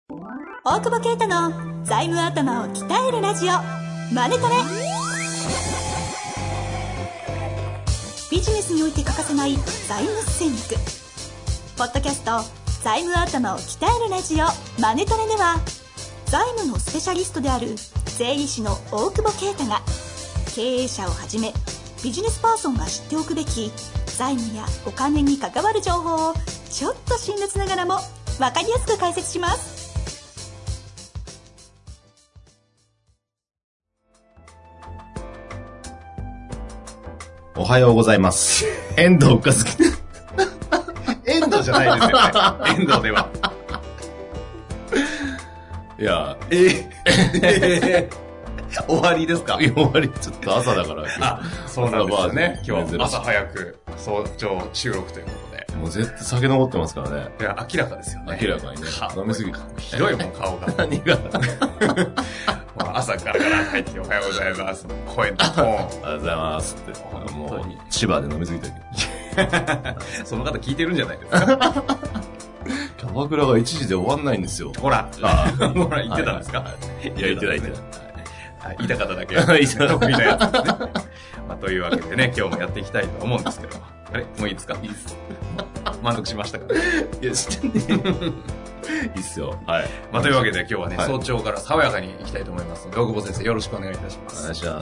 大久保啓太の財務頭を鍛えるラジオマネトレ。ビジネスにおいて欠かせない財務戦略。ポッドキャスト財務頭を鍛えるラジオマネトレでは、財務のスペシャリストである税理士の大久保啓太が、経営者をはじめビジネスパーソンが知っておくべき財務やお金に関わる情報をちょっと辛辣ながらも分かりやすく解説します。 おはようございます。遠藤和樹。 遠藤じゃないですよね。遠藤では。 いや、 終わりですか？ 終わり、ちょっと朝だから。 あ、そうなんですよね。今日は朝早く早朝収録ということで。 もう絶対酒残ってますからね。 いや、明らかですよね。 明らかにね。飲みすぎた。 ひどいもん、顔が。 何が朝から入っておはようございます。声のトーン。 おはようございますって。もう、千葉で飲みすぎたけど。その方聞いてるんじゃないですか？ キャバクラが1時で終わんないんですよ。 ほら。ほら、言ってたんですか？ いや、言ってない。 言いたかっただけ。得意なやつですね。というわけでね、今日もやっていきたいと思うんですけど。あれ？もういいですか？いいです。満足しましたか？ いや、してね。いいっすよ。はい。 というわけで今日はね、早朝から爽やかにいきたいと思いますので、大久保先生よろしくお願いいたします。 お願いします。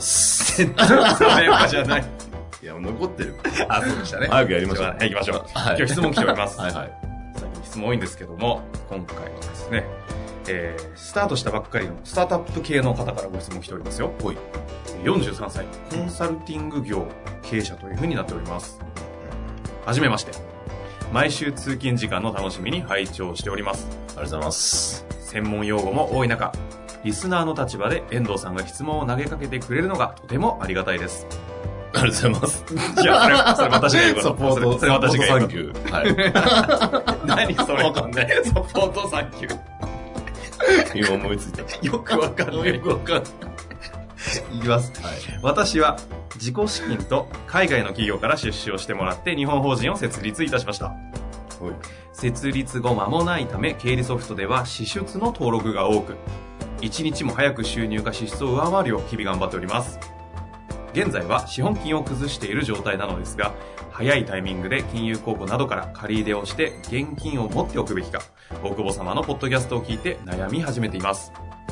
爽やかじゃない。 いや、残ってる。 あ、そうでしたね。 早くやりましょう。 行きましょう。今日質問来ております。 はいはい。 最近質問多いんですけども、今回はですね、スタートしたばっかりのスタートアップ系の方からご質問来ておりますよ。はい。43歳、コンサルティング業経営者というふうになっております。はじめまして。毎週通勤時間の楽しみに拝聴しております。 ありがとうございます。 専門用語も多い中、リスナーの立場で遠藤さんが質問を投げかけてくれるのがとてもありがたいです。 ありがとうございます。 いや、それ私が言うこと。 サポート、 それ私が言うこと。 サンキュー。 はい。何それわかんない。サポートサンキュー。 今思いついた。 よくわかんない。 よくわかんない。 いきます。はい。私は自己資金と海外の企業から出資をしてもらって日本法人を設立いたしました。設立後間もないため経理ソフトでは支出の登録が多く、一日も早く収入が支出を上回るよう日々頑張っております。現在は資本金を崩している状態なのですが、早いタイミングで金融公庫などから借り入れをして現金を持っておくべきか、大久保様のポッドキャストを聞いて悩み始めています。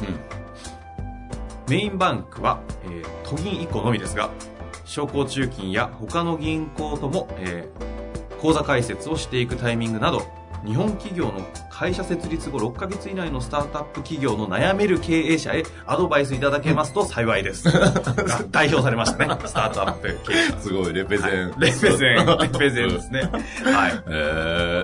メインバンクは、都銀1個のみですが、商工中金や他の銀行とも、口座開設をしていくタイミングなど、日本企業の会社設立後6ヶ月以内のスタートアップ企業の悩める経営者へアドバイスいただけますと幸いです。代表されましたね。スタートアップ経営者。 すごい、レペゼン。 レペゼンですね。はい。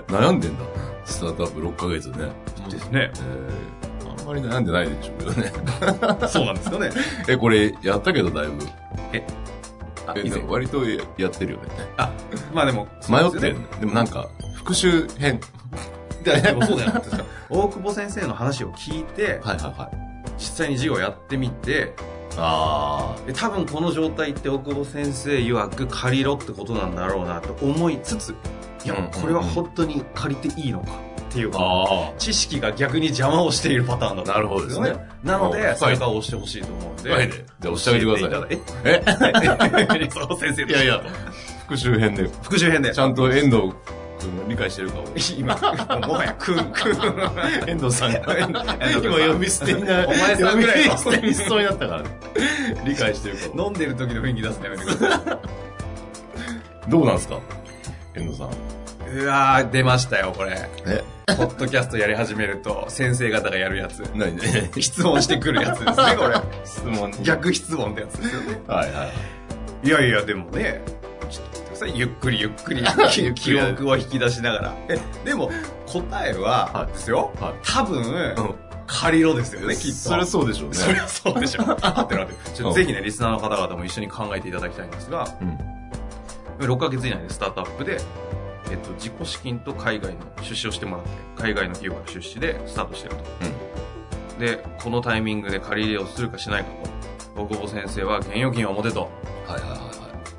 悩んでんだ。スタートアップ6ヶ月ね。 ですね。 あんまり悩んでないでしょうけどね。 そうなんですよね。 これ、やったけどだいぶ。割とやってるよね。 まあでも、 迷ってる。でもなんか、復習編。 でもそうじゃなかったですか。大久保先生の話を聞いて、実際に授業やってみて、多分この状態って大久保先生曰く借りろってことなんだろうなと思いつつ、いや、これは本当に借りていいのかっていう知識が逆に邪魔をしているパターンだった。 なるほどですね。 なので、それから押してほしいと思うんで。 じゃあ押してあげてください。そう先生。 いや、復習編で。 復習編で。 ちゃんと遠藤君理解してるかを。 今、もはや遠藤さんが。今呼び捨てになる。 お前さんぐらい呼び捨てにしそうになったからね。理解してるかを。 飲んでる時の雰囲気出すのやめてください。どうなんですか遠藤さん。 うわー、出ましたよ、これ。ポッドキャストやり始めると、先生方がやるやつ。 何ね。 質問してくるやつですね、これ。 質問。 逆質問ってやつですよね。 はい。 いや、でもね、ちょっと待ってください。ゆっくり、記憶を引き出しながら。でも、答えは、ですよ。多分、借りろですよね、きっと。 そりゃそうでしょうね。 そりゃそうでしょう。ちょっとぜひね、リスナーの方々も一緒に考えていただきたいんですが、6ヶ月以内でスタートアップで、自己資金と海外の出資をしてもらって、海外の企業から出資でスタートしてると。で、このタイミングで借り入れをするかしないかと。大久保先生は現預金を持てと。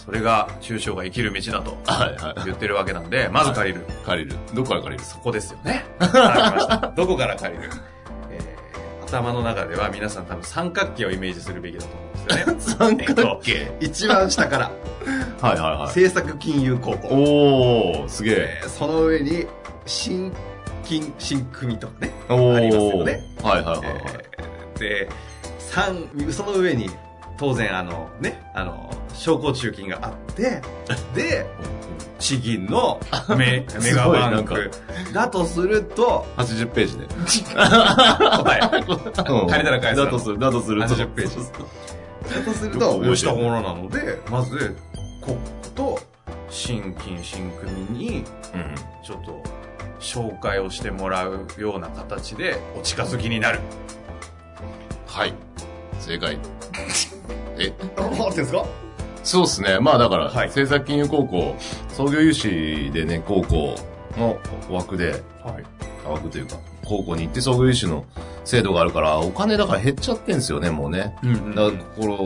それが中小が生きる道だとはいはい。 言ってるわけなんで、まず借りる。 借りる。どこから借りる？ そこですよね。わかりました。どこから借りる？頭の中では皆さん多分三角形をイメージするべきだと思うんですよね。 三角形、 一番下から。 はいはいはい。 政策金融高校。 おー、すげえ。 その上に、新組とかね。 おー。 ありますよね。 はいはいはい、はいで、その上に、当然商工中金があって、で、地銀のメガバンクだとすると、 80ページで。 答え。借りたら返す。 だとすると。 80ページ。だとすると、落ちたものなので、まず、ここと新金、新組に、ちょっと、紹介をしてもらうような形で、お近づきになる。 はい。正解。 合ってんすか？ そうですね。まあだから、 はい、 政策金融高校、創業融資でね、高校の枠で、枠というか、高校に行って創業融資の制度があるから、お金だから減っちゃってんすよね、もうね。だから、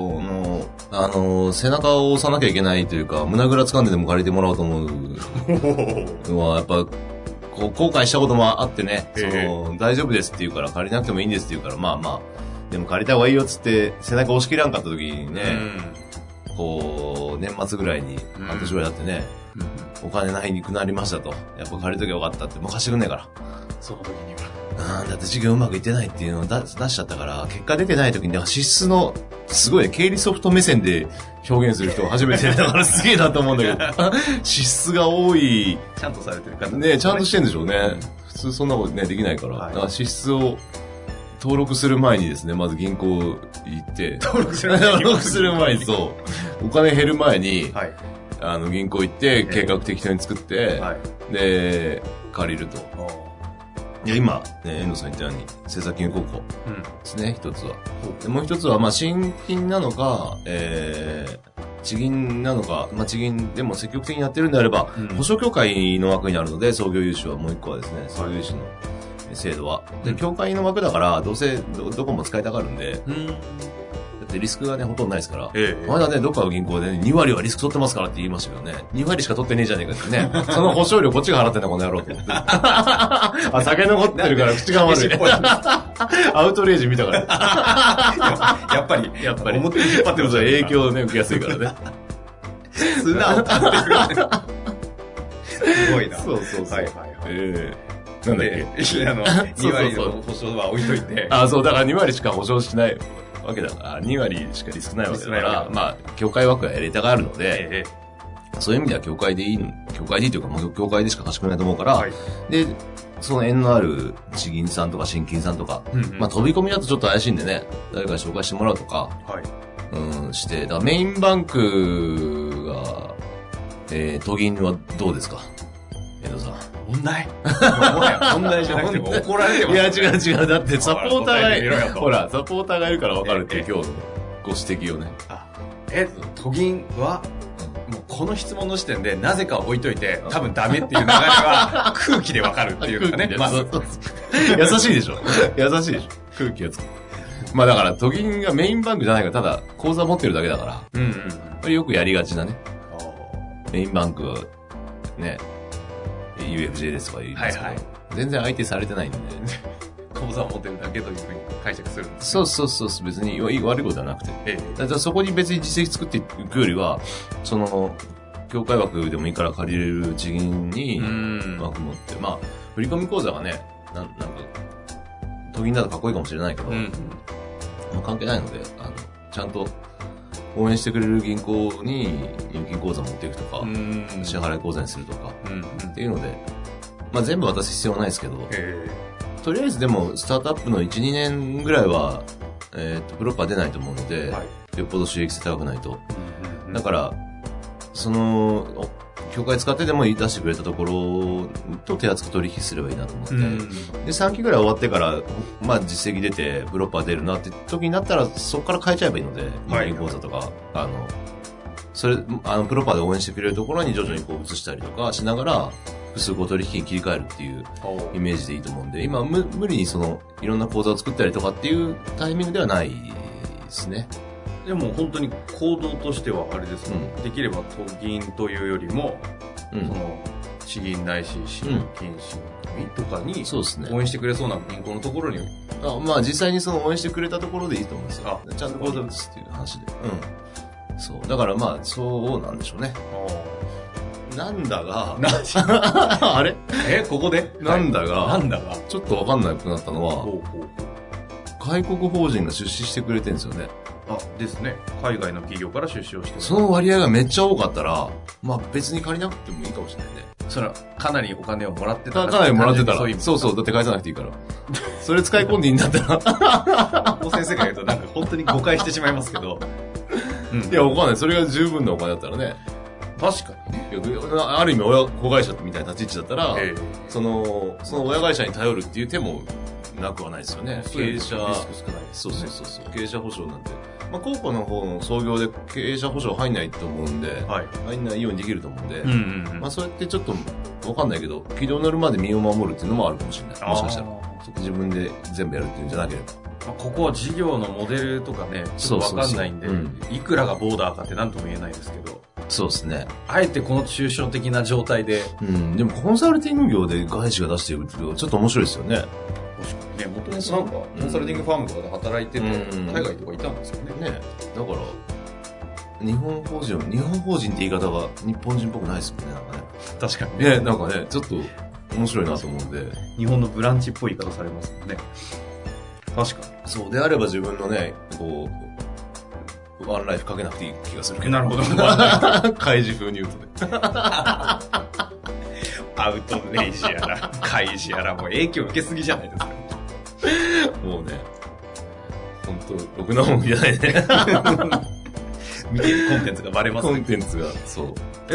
背中を押さなきゃいけないというか、胸ぐら掴んででも借りてもらおうと思うのは、やっぱ、後悔したこともあってね、大丈夫ですって言うから、借りなくてもいいんですって言うから、まあまあ、でも借りた方がいいよっつって、背中押し切らんかった時にね、年末ぐらいに、半年ぐらいだってね、お金ないくなりましたと。やっぱ借りときゃよかったって、もう貸してくんねえから。 その時には。だって事業うまくいってないっていうのを出しちゃったから、結果出てない時に、支出の、すごい、経理ソフト目線で表現する人初めてだからすげえなと思うんだけど、支出が多い。 ちゃんとされてる方ね、ちゃんとしてんでしょうね。普通そんなことね、できないから。だから支出を、登録する前にですね、まず銀行行って、登録する前に、そう、お金減る前に、銀行行って、計画適当に作って、で、借りると。で今、ね、遠藤さん言ったように、政策金融高校ですね、一つは。でもう一つは、まあ、新金なのか、地銀なのか、まあ、地銀でも積極的にやってるんであれば、保証協会の枠になるので、創業融資はもう一個はですね、創業融資の、制度は。で、協会の枠だから、どうせどこも使いたがるんで、だってリスクがね、ほとんどないですから、まだね、どっかの銀行でね、2割はリスク取ってますからって言いましたけどね、2割しか取ってねえじゃねえかってね、その保証料こっちが払ってんだ、この野郎と思って。あ、酒残ってるから口が悪い。アウトレイジ見たから。 やっぱり。 表に引っ張ってると影響をね、受けやすいからね。 素直ってくる。すごいな。 そう。 なんだっけ2割の保証は置いといて。 そう、だから2割しか保証しないわけだから、2割しかリスクないわけだから、まあ、協会枠はやりたがあるので、そういう意味では協会でいいというか、もう協会でしか貸してくれないと思うから、で、その縁のある地銀さんとか新金さんとか、まあ飛び込みだとちょっと怪しいんでね、誰か紹介してもらうとか、して、だからメインバンクが、都銀はどうですか？遠藤さん。 問題問題じゃなくても怒られてます、 ね。いや、違う。だってサポーターがいる。ほら、サポーターがいるから分かるっていう今日のご指摘をね。 都銀は、もうこの質問の時点でなぜか置いといて、多分ダメっていう流れは空気で分かるっていうかね。まず。 優しいでしょ。空気がつく。まあだから、都銀がメインバンクじゃないから、ただ口座持ってるだけだから。これよくやりがちなね。メインバンクは、ね。UFJ ですとか言いますけど、全然相手されてないんで、 口座を持ってるだけというふうに解釈するんです。 そう、別に悪いことはなくて。だからそこに別に実績作っていくよりは、その、協会枠でもいいから借りれる地銀に枠持って、まあ、振込口座がね、なんか、都銀だとかっこいいかもしれないけど、まあ、関係ないので、ちゃんと、応援してくれる銀行に入金口座持っていくとか、支払い口座にするとか、っていうので、まあ全部渡す必要はないですけど、とりあえずでもスタートアップの1、2年ぐらいは、プロッパー出ないと思うので、よっぽど収益性高くないと。だから、その、協会使ってでも出してくれたところと手厚く取引すればいいなと思って、で、3期ぐらい終わってから、まあ実績出て、プロッパー出るなって時になったら、そこから変えちゃえばいいので、入金口座とか、プロッパーで応援してくれるところに徐々にこう移したりとかしながら、複数取引に切り替えるっていうイメージでいいと思うんで、今無理にいろんな口座を作ったりとかっていうタイミングではないですね。 でも本当に行動としてはあれですね、できれば都銀というよりも、その地銀ないし新金新組とかに応援してくれそうな銀行のところに、 まあ実際にその応援してくれたところでいいと思うんですよ。ちゃんとこれですっていう話で。そうだからまあそうなんでしょうね。なんだがあれここでなんだがちょっと分かんなくなったのは、外国法人が出資してくれてるんですよね。 ですね。海外の企業から出資をしてる。 その割合がめっちゃ多かったら、まあ別に借りなくてもいいかもしれないね。 それはかなりお金をもらってたら。 かなりもらってたら。そうそう、だって返さなくていいから。それ使い込んでいいんだったら。 先生が言うとなんか本当に誤解してしまいますけど。 いや、わかんない。それが十分なお金だったらね。 確かにね。 ある意味子会社みたいな立ち位置だったら、その親会社に頼るっていう手もなくはないですよね。経営者、リスク少ない。そう。経営者保証なんて。まあ、高校の方の創業で経営者保証入んないと思うんで、入んないようにできると思うんで、まあそうやってちょっとわかんないけど、軌道に乗るまで身を守るっていうのもあるかもしれない。もしかしたら。自分で全部やるっていうんじゃなければ。 まあ、ここは事業のモデルとかね、ちょっとわかんないんで、いくらがボーダーかって何とも言えないですけど。 そうですね。 あえてこの抽象的な状態で。 でもコンサルティング業で外資が出しているってちょっと面白いですよね。 ね、もともとなんかコンサルティングファームとかで働いてて、海外とかいたんですよね。 だから日本法人って言い方が日本人っぽくないですもんね。なんかね。 確かにね。なんかね、ちょっと面白いなと思うんで。 日本のブランチっぽい言い方されますもんね。確かに。 そうであれば自分のね、こうワンライフかけなくていい気がするけど。 なるほど。 開示風に言うとね。 アウトレイジやら、開示やら、もう影響受けすぎじゃないですか。 もうね、本当ろくなもんじゃないね。 見てるコンテンツがバレますね。 コンテンツが、そう。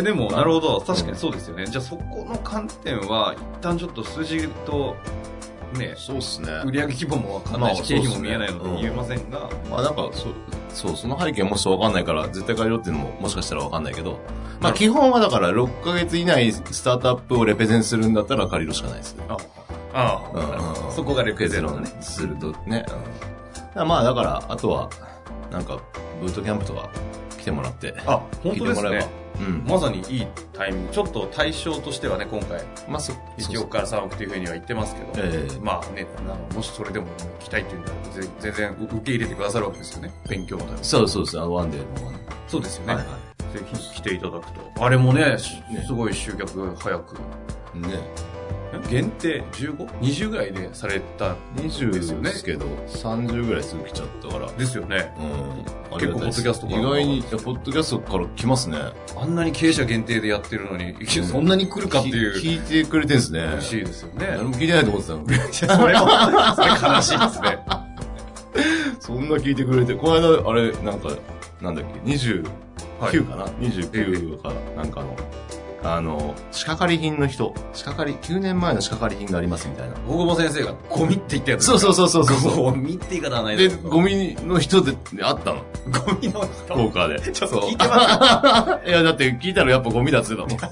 でも、なるほど。確かにそうですよね。じゃあそこの観点は、一旦ちょっと数字と、ね、 そうっすね。 売上規模もわかんないし、経費も見えないので言えませんが。 まあなんか、その背景もしわかんないから、絶対借りろっていうのももしかしたらわかんないけど、まあ基本はだから6ヶ月以内スタートアップをレペゼンするんだったら借りるしかないですね。そこがレペゼンをね、するとね。まあだから、あとは、なんか、ブートキャンプとか来てもらって。 本当ですね。まさにいいタイミング。ちょっと対象としてはね、今回、1億から3億というふうには言ってますけど、まあね、もしそれでも来たいっていうんだったら、全然受け入れてくださるわけですよね。勉強のために。 そうです。ワンデーの方ね。 そうですよね。ぜひ来ていただくと。あれもね、すごい集客早く。ね。限定 15?20 ぐらいでされた 20ですよね。ですけど、30ぐらいすぐ来ちゃったから。 ですよね。結構ポッドキャストから。 意外に、ポッドキャストから来ますね。 あんなに経営者限定でやってるのに、そんなに来るかっていう。 聞いてくれてるんですね。 嬉しいですよね。 誰も聞いてないと思ってたの。 それ悲しいですね。 そんな聞いてくれて、この間、あれ、なんだっけ、29かな ?29 かなんかの。仕掛かり品の人、9年前の仕掛かり品がありますみたいな。 大久保先生がゴミって言ったやつ。 そう。 ゴミって言い方はないですで、ゴミの人で会ったの。 ゴミの人ポーカーで。 ちょっと聞いてますいや、だって聞いたらやっぱゴミだっつってたもん。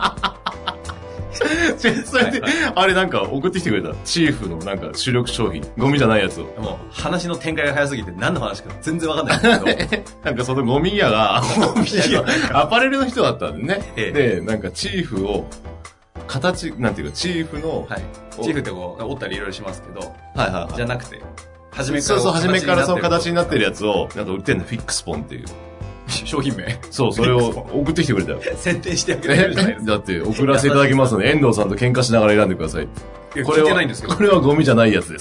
それで、あれなんか送ってきてくれた。チーフのなんか主力商品。ゴミじゃないやつを。 もう話の展開が早すぎて何の話か全然わかんないんですけど。 なんかそのゴミ屋が、アパレルの人だったんでね。で、なんかチーフを、なんていうか、チーフの、 チーフってこう、折ったりいろいろしますけど、じゃなくて、 初めからその形になってるやつを、なんか売ってんの、フィックスポンっていう。 商品名。 そう、それを送ってきてくれたよ。 選定してあげてるじゃないですか。 だって、送らせていただきますので、遠藤さんと喧嘩しながら選んでください。 これはないんですけど。 これはゴミじゃないやつです。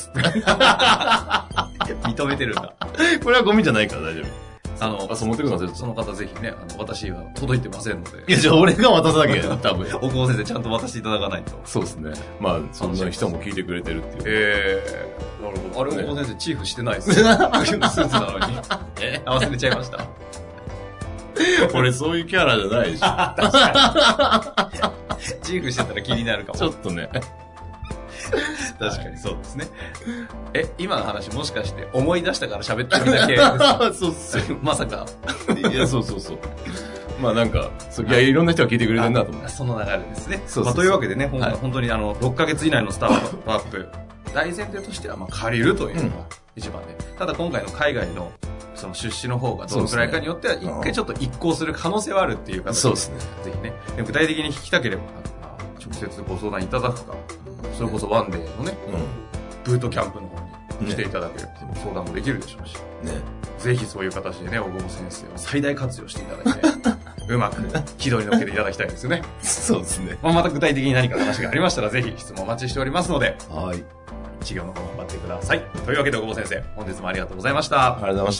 認めてるんだ。 これはゴミじゃないから大丈夫。 そう持ってください。その方ぜひね、私は届いてませんので。 いや、じゃあ俺が渡すだけ多分。 大久保先生ちゃんと渡していただかないと。 そうですね。まあ、そんな人も聞いてくれてるっていう。 なるほど。あれ、大久保先生チーフしてないですね。スーツなのに。忘れちゃいました。 俺そういうキャラじゃないでしょ。 確かに。チーフしてたら気になるかも。 ちょっとね。 確かにそうですね。今の話もしかして思い出したから喋ってるだけですか？ そうっすよ。 まさか。 いや、そう。まあなんか、いや、いろんな人が聞いてくれてるなと思って。 その流れですね。というわけでね、本当に6ヶ月以内のスタートアップ、大前提としては借りるというのが一番で。ただ今回の海外のその出資の方がどのくらいかによっては、一回ちょっと移行する可能性はあるっていう形で、 そうですね。 ぜひね、具体的に聞きたければ、直接ご相談いただくか、それこそワンデーのね、ブートキャンプの方に来ていただければ、相談もできるでしょうし、ぜひそういう形でね、大久保先生を最大活用していただいて、うまく軌道に乗っけていただきたいですよね。 そうですね。 また具体的に何か話がありましたら、ぜひ質問お待ちしておりますので、 はい。 治療の方頑張ってください。というわけで、大久保先生、本日もありがとうございました。 ありがとうございました。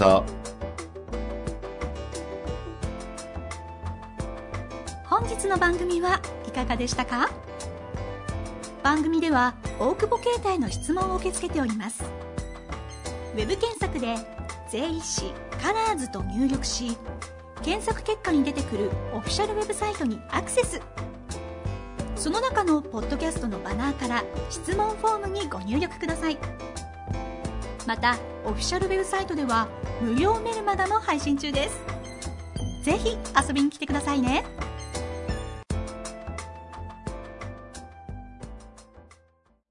本日の番組はいかがでしたか？番組では大久保携帯の質問を受け付けております。ウェブ検索で税理士カラーズと入力し、検索結果に出てくるオフィシャルウェブサイトにアクセス。その中のポッドキャストのバナーから質問フォームにご入力ください。またオフィシャルウェブサイトでは無料メルマガも配信中です。ぜひ遊びに来てくださいね。